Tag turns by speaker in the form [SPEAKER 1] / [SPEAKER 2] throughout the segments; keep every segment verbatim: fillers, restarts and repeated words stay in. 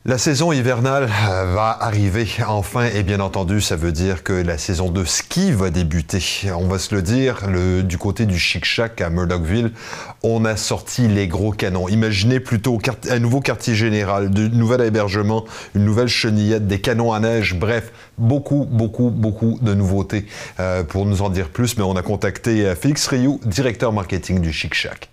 [SPEAKER 1] La saison hivernale va arriver enfin et bien entendu, ça veut dire que la saison de ski va débuter. On va se le dire, le, du côté du Chic Shack à Murdochville, on a sorti les gros canons. Imaginez plutôt un nouveau quartier général, de nouvel hébergement, une nouvelle chenillette, des canons à neige, bref, beaucoup, beaucoup, beaucoup de nouveautés. Euh, pour nous en dire plus, mais on a contacté Félix Rioux, directeur marketing du Chic Shack.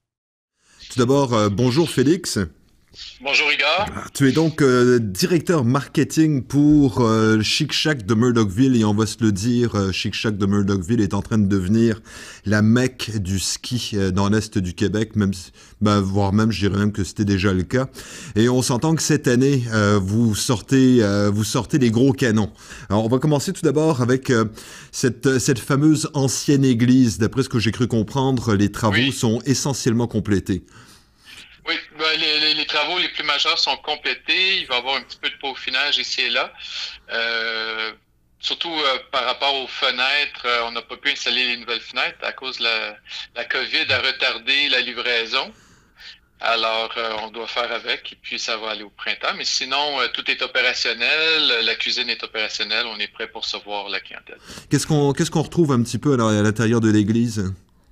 [SPEAKER 1] Tout d'abord, euh, bonjour Félix.
[SPEAKER 2] Bonjour Igor.
[SPEAKER 1] Tu es donc euh, directeur marketing pour euh, Chic Shack de Murdochville et on va se le dire, euh, Chic Shack de Murdochville est en train de devenir la Mecque du ski euh, dans l'Est du Québec, même, ben, voire même, je dirais même que c'était déjà le cas. Et on s'entend que cette année, euh, vous sortez euh, vous sortez les gros canons. Alors on va commencer tout d'abord avec euh, cette, cette fameuse ancienne église. D'après ce que j'ai cru comprendre, les travaux
[SPEAKER 2] Oui.
[SPEAKER 1] sont essentiellement complétés.
[SPEAKER 2] Oui, ben, les, les, les travaux les plus majeurs sont complétés. Il va y avoir un petit peu de peaufinage ici et là. Euh, surtout euh, par rapport aux fenêtres, euh, on n'a pas pu installer les nouvelles fenêtres à cause de la, la COVID a retardé la livraison. Alors, euh, on doit faire avec et puis ça va aller au printemps. Mais sinon, euh, tout est opérationnel. La cuisine est opérationnelle. On est prêt pour recevoir la clientèle.
[SPEAKER 1] Qu'est-ce qu'on qu'est-ce qu'on retrouve un petit peu alors, à l'intérieur de l'église?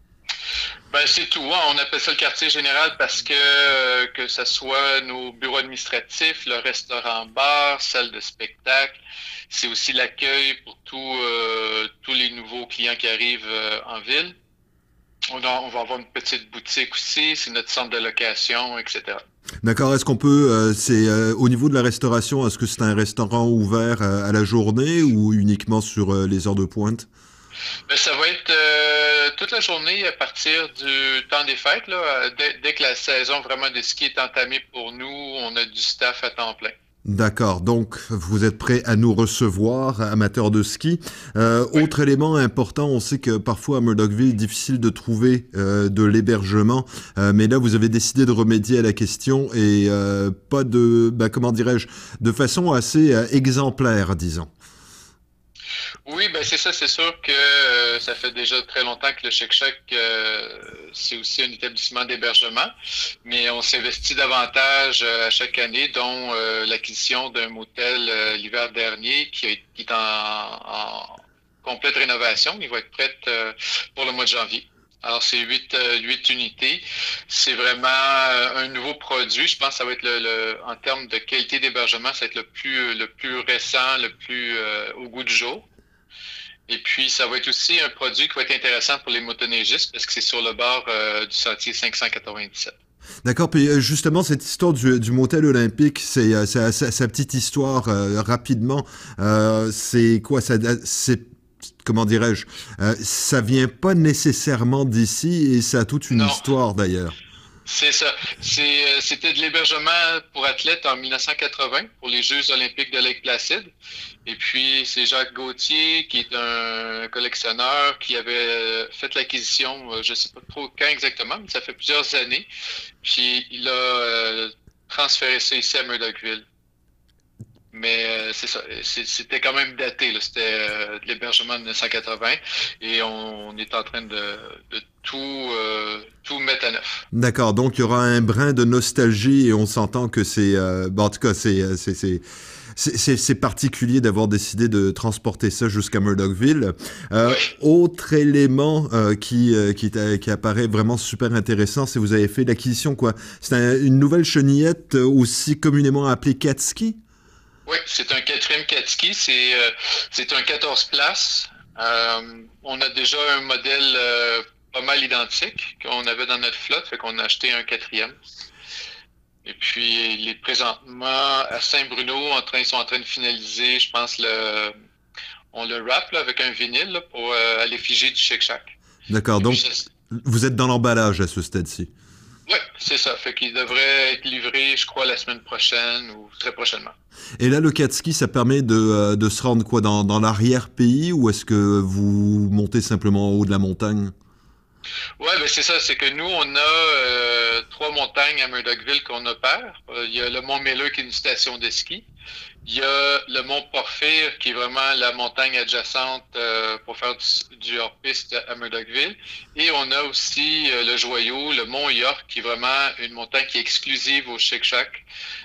[SPEAKER 2] Ben, c'est tout. Hein. On appelle ça le quartier général parce que euh, que ce soit nos bureaux administratifs, le restaurant-bar, salle de spectacle, c'est aussi l'accueil pour tous euh, tous les nouveaux clients qui arrivent euh, en ville. On, a, on va avoir une petite boutique aussi, c'est notre centre de location, et cetera.
[SPEAKER 1] D'accord, est-ce qu'on peut, euh, c'est euh, au niveau de la restauration, est-ce que c'est un restaurant ouvert euh, à la journée ou uniquement sur euh, les heures de pointe?
[SPEAKER 2] Ben, ça va être euh, toute la journée à partir du temps des fêtes. Là, dès, dès que la saison vraiment de ski est entamée pour nous, on a du staff à temps plein.
[SPEAKER 1] D'accord, donc vous êtes prêts à nous recevoir, amateurs de ski. Euh,
[SPEAKER 2] Oui.
[SPEAKER 1] autre élément important, on sait que parfois à Murdochville, difficile de trouver euh, de l'hébergement, euh, mais là vous avez décidé de remédier à la question et euh, pas de, bah, comment dirais-je, de façon assez euh, exemplaire, disons.
[SPEAKER 2] Oui, ben c'est ça, c'est sûr que euh, ça fait déjà très longtemps que le Chic Shack, euh, c'est aussi un établissement d'hébergement, mais on s'investit davantage euh, à chaque année, dont euh, l'acquisition d'un motel euh, l'hiver dernier qui, a- qui est en, en complète rénovation. Il va être prêt euh, pour le mois de janvier. Alors, c'est huit, euh, huit unités. C'est vraiment euh, un nouveau produit. Je pense que ça va être le, le- en termes de qualité d'hébergement, ça va être le plus, le plus récent, le plus euh, au goût du jour. Et puis, ça va être aussi un produit qui va être intéressant pour les motoneigistes parce que c'est sur le bord euh, du sentier cinq cent quatre-vingt-dix-sept.
[SPEAKER 1] D'accord, puis euh, justement, cette histoire du, du motel olympique, c'est euh, sa, sa- sa petite histoire euh, rapidement. Euh, c'est quoi ça? C'est comment dirais-je? Euh, ça vient pas nécessairement d'ici et ça a toute une
[SPEAKER 2] Non,
[SPEAKER 1] histoire d'ailleurs.
[SPEAKER 2] c'est ça. C'est, euh, c'était de l'hébergement pour athlètes en mille neuf cent quatre-vingts pour les Jeux olympiques de Lake Placid. Et puis, c'est Jacques Gauthier, qui est un collectionneur, qui avait euh, fait l'acquisition, euh, je ne sais pas trop quand exactement, mais ça fait plusieurs années. Puis, il a euh, transféré ça ici à Murdochville. Mais euh, c'est ça, c'est- c'était quand même daté, là. C'était euh, de l'hébergement de mille neuf cent quatre-vingts et on, on est en train de, de tout, euh, tout mettre à neuf.
[SPEAKER 1] D'accord, donc il y aura un brin de nostalgie et on s'entend que c'est, euh, bon, en tout cas, c'est, euh, c'est, c'est, c'est, c'est- c'est particulier d'avoir décidé de transporter ça jusqu'à Murdochville. Euh,
[SPEAKER 2] Oui.
[SPEAKER 1] autre élément euh, qui, euh, qui, t'a- qui apparaît vraiment super intéressant, c'est que vous avez fait l'acquisition, quoi. C'est un- une nouvelle chenillette euh, aussi communément appelée Catski.
[SPEAKER 2] Oui, c'est un quatrième Katsuki, c'est euh, c'est un quatorze places. Euh, on a déjà un modèle euh, pas mal identique qu'on avait dans notre flotte, fait qu'on a acheté un quatrième. Et puis il est présentement à Saint-Bruno, en train, ils sont en train de finaliser, je pense, le on le wrap là, avec un vinyle là, pour euh, à l'effigie du Shake Shack.
[SPEAKER 1] D'accord,
[SPEAKER 2] Et puis
[SPEAKER 1] donc
[SPEAKER 2] ça,
[SPEAKER 1] vous êtes dans l'emballage à ce stade-ci.
[SPEAKER 2] oui, c'est ça. Fait qu'il devrait être livré, je crois, la semaine prochaine ou très prochainement.
[SPEAKER 1] Et là, le cat-ski, ça permet de, euh, de se rendre quoi dans, dans l'arrière-pays ou est-ce que vous montez simplement en haut de la montagne?
[SPEAKER 2] Ouais, ben c'est ça, c'est que nous, on a euh, trois montagnes à Murdochville qu'on opère. Euh, il y a le Mont Miller qui est une station de ski. Il y a le Mont Porphyre qui est vraiment la montagne adjacente euh, pour faire du, du hors-piste à Murdochville. Et on a aussi euh, le Joyau, le Mont York, qui est vraiment une montagne qui est exclusive au Chic Shack.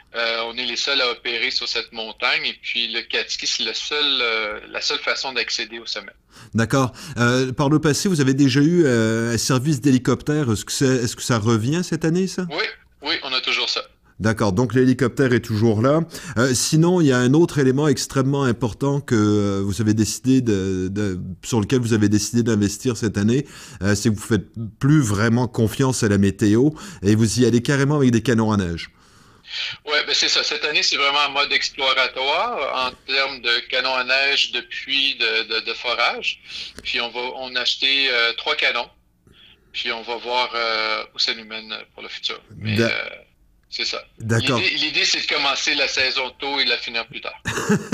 [SPEAKER 2] Euh, on est les seuls à opérer sur cette montagne. Et puis le jet-ski, c'est le seul, euh, la seule façon d'accéder au sommet.
[SPEAKER 3] D'accord. Euh, par le passé, vous avez déjà eu euh, un service d'hélicoptère. Est-ce que, c'est, est-ce que ça revient cette année, ça?
[SPEAKER 2] Oui, oui, on a toujours ça.
[SPEAKER 3] D'accord, donc l'hélicoptère est toujours là. Euh, sinon, il y a un autre élément extrêmement important que euh, vous avez décidé de, de, sur lequel vous avez décidé d'investir cette année, euh, c'est que vous faites plus vraiment confiance à la météo et vous y allez carrément avec des canons à neige.
[SPEAKER 2] Oui, ben c'est ça. Cette année, c'est vraiment en mode exploratoire en termes de canons à neige, de pluie, de, de, de forage. Puis on va on a acheté euh, trois canons. Puis on va voir euh, où ça nous mène pour le futur. Mais
[SPEAKER 3] Da-
[SPEAKER 2] euh, c'est ça.
[SPEAKER 3] D'accord.
[SPEAKER 2] L'idée, l'idée, c'est de commencer la saison tôt et de la finir plus tard.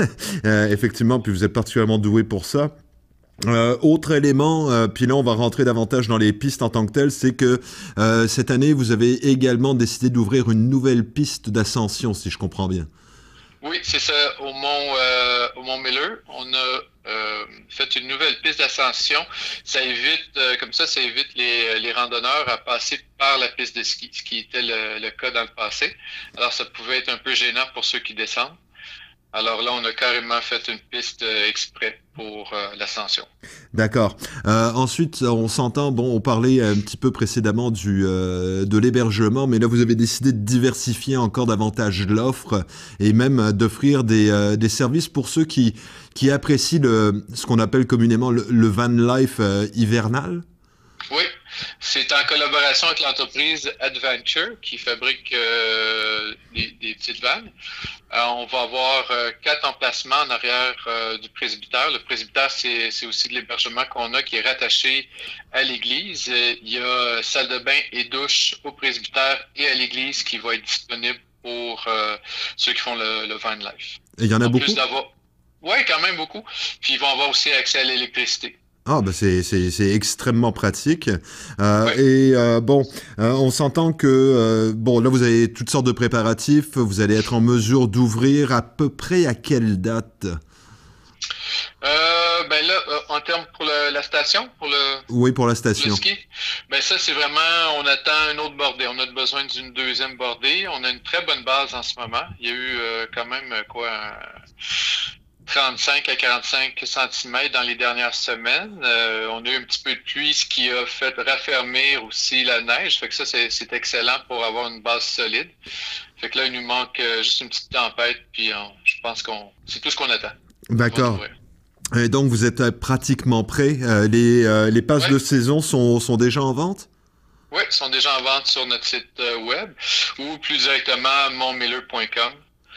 [SPEAKER 3] Euh, effectivement, puis vous êtes particulièrement doué pour ça. Euh, autre élément, euh, puis là on va rentrer davantage dans les pistes en tant que telles, c'est que euh, cette année vous avez également décidé d'ouvrir une nouvelle piste d'ascension, si je comprends bien.
[SPEAKER 2] Oui, c'est ça. Au mont, euh, au mont Miller, on a euh, fait une nouvelle piste d'ascension. Ça évite, euh, comme ça, ça évite les, les randonneurs à passer par la piste de ski, ce qui était le, le cas dans le passé. Alors, ça pouvait être un peu gênant pour ceux qui descendent. Alors là, on a carrément fait une piste euh, exprès pour euh, l'ascension.
[SPEAKER 3] D'accord. Euh, ensuite, on s'entend, bon, on parlait un petit peu précédemment du, euh, de l'hébergement, mais là, vous avez décidé de diversifier encore davantage l'offre et même d'offrir des, euh, des services pour ceux qui, qui apprécient le, ce qu'on appelle communément le, le van life euh, hivernal.
[SPEAKER 2] Oui, c'est en collaboration avec l'entreprise Adventure qui fabrique euh, des, des petites vannes. Euh, on va avoir euh, quatre emplacements en arrière euh, du presbytère. Le presbytère, c'est, c'est aussi de l'hébergement qu'on a qui est rattaché à l'église. Euh, il y a salle de bain et douche au presbytère et à l'église qui va être disponible pour euh, ceux qui font le, le van life.
[SPEAKER 3] Et il y en a
[SPEAKER 2] En
[SPEAKER 3] beaucoup?
[SPEAKER 2] plus d'avoir... Oui, quand même beaucoup. Puis ils vont avoir aussi accès à l'électricité.
[SPEAKER 3] Ah, ben c'est, c'est, c'est extrêmement pratique. Euh,
[SPEAKER 2] Ouais.
[SPEAKER 3] et euh, bon, euh, on s'entend que, euh, bon, là, vous avez toutes sortes de préparatifs. Vous allez être en mesure d'ouvrir à peu près à quelle date?
[SPEAKER 2] Euh, ben là, euh, en termes pour le- la station, pour le,
[SPEAKER 3] Oui, pour la
[SPEAKER 2] le
[SPEAKER 3] station.
[SPEAKER 2] ski, ben ça, c'est vraiment, on attend une autre bordée. On a besoin d'une deuxième bordée. On a une très bonne base en ce moment. Il y a eu euh, quand même, euh, quoi, un trente-cinq à quarante-cinq centimètres dans les dernières semaines. Euh, on a eu un petit peu de pluie, ce qui a fait raffermir aussi la neige. Fait que ça, c'est, c'est excellent pour avoir une base solide. Fait que là, il nous manque euh, juste une petite tempête, puis on- je pense qu'on c'est tout ce qu'on attend. On va
[SPEAKER 3] D'accord.
[SPEAKER 2] ouvrir.
[SPEAKER 3] Et donc, vous êtes euh, pratiquement prêt. Euh, les, euh, les passes
[SPEAKER 2] Ouais.
[SPEAKER 3] de saison sont, sont déjà en vente?
[SPEAKER 2] Oui, ils sont déjà en vente sur notre site euh, web ou plus directement montmiller point com.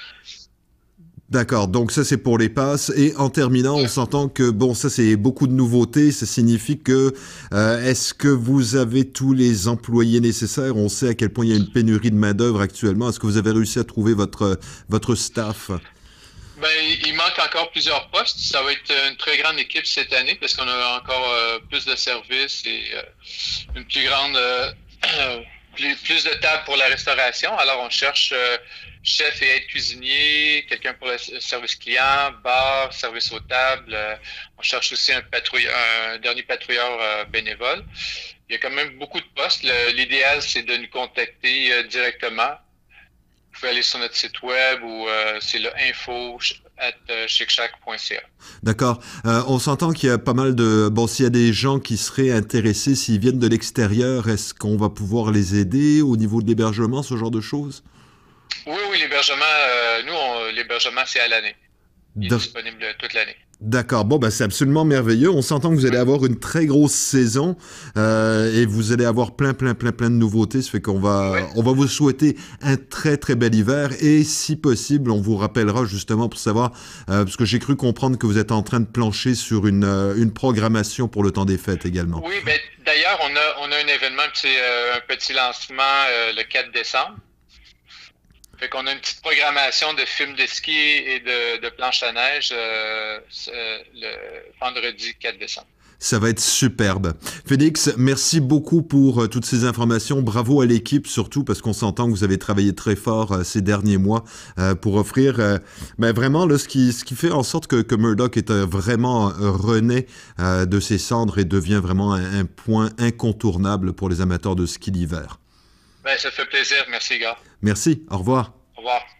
[SPEAKER 3] D'accord, donc ça c'est pour les passes. Et en terminant, on s'entend que, bon, ça c'est beaucoup de nouveautés. Ça signifie que, euh, est-ce que vous avez tous les employés nécessaires? On sait à quel point il y a une pénurie de main-d'œuvre actuellement. Est-ce que vous avez réussi à trouver votre, votre staff?
[SPEAKER 2] Ben, il manque encore plusieurs postes. Ça va être une très grande équipe cette année parce qu'on a encore euh, plus de services et euh, une plus grande, euh, plus, plus de tables pour la restauration. Alors, on cherche euh, chef et aide cuisinier, quelqu'un pour le service client, bar, service aux tables. Euh, on cherche aussi un, patrouilleur, un dernier patrouilleur euh, bénévole. Il y a quand même beaucoup de postes. Le, l'idéal, c'est de nous contacter euh, directement. Vous pouvez aller sur notre site web ou euh, c'est le info at chicshack point c a.
[SPEAKER 3] D'accord. Euh, on s'entend qu'il y a pas mal de... Bon, s'il y a des gens qui seraient intéressés, s'ils viennent de l'extérieur, est-ce qu'on va pouvoir les aider au niveau de l'hébergement, ce genre de choses?
[SPEAKER 2] Oui, oui, l'hébergement, euh, nous, on, l'hébergement, c'est à l'année. Il est
[SPEAKER 3] D-
[SPEAKER 2] disponible toute l'année.
[SPEAKER 3] D'accord. Bon, ben, c'est absolument merveilleux. On s'entend que vous allez avoir une très grosse saison euh, et vous allez avoir plein, plein, plein, plein de nouveautés. Ça fait qu'on va,
[SPEAKER 2] Ouais.
[SPEAKER 3] on va vous souhaiter un très, très bel hiver et si possible, on vous rappellera justement pour savoir, euh, parce que j'ai cru comprendre que vous êtes en train de plancher sur une, euh, une programmation pour le temps des fêtes également.
[SPEAKER 2] Oui, ben, d'ailleurs, on a, on a un événement, un petit, euh, un petit lancement euh, le quatre décembre. Fait qu'on a une petite programmation de films de ski et de, de planche à neige euh, le vendredi quatre décembre.
[SPEAKER 3] Ça va être superbe. Félix, merci beaucoup pour euh, toutes ces informations. Bravo à l'équipe surtout parce qu'on s'entend que vous avez travaillé très fort euh, ces derniers mois euh, pour offrir euh, ben, vraiment là, ce, qui, ce qui fait en sorte que, que Murdoch est euh, vraiment euh, renaît euh, de ses cendres et devient vraiment un, un point incontournable pour les amateurs de ski d'hiver.
[SPEAKER 2] Ben, ça fait plaisir. Merci, gars.
[SPEAKER 3] Merci, au revoir.
[SPEAKER 2] Au revoir.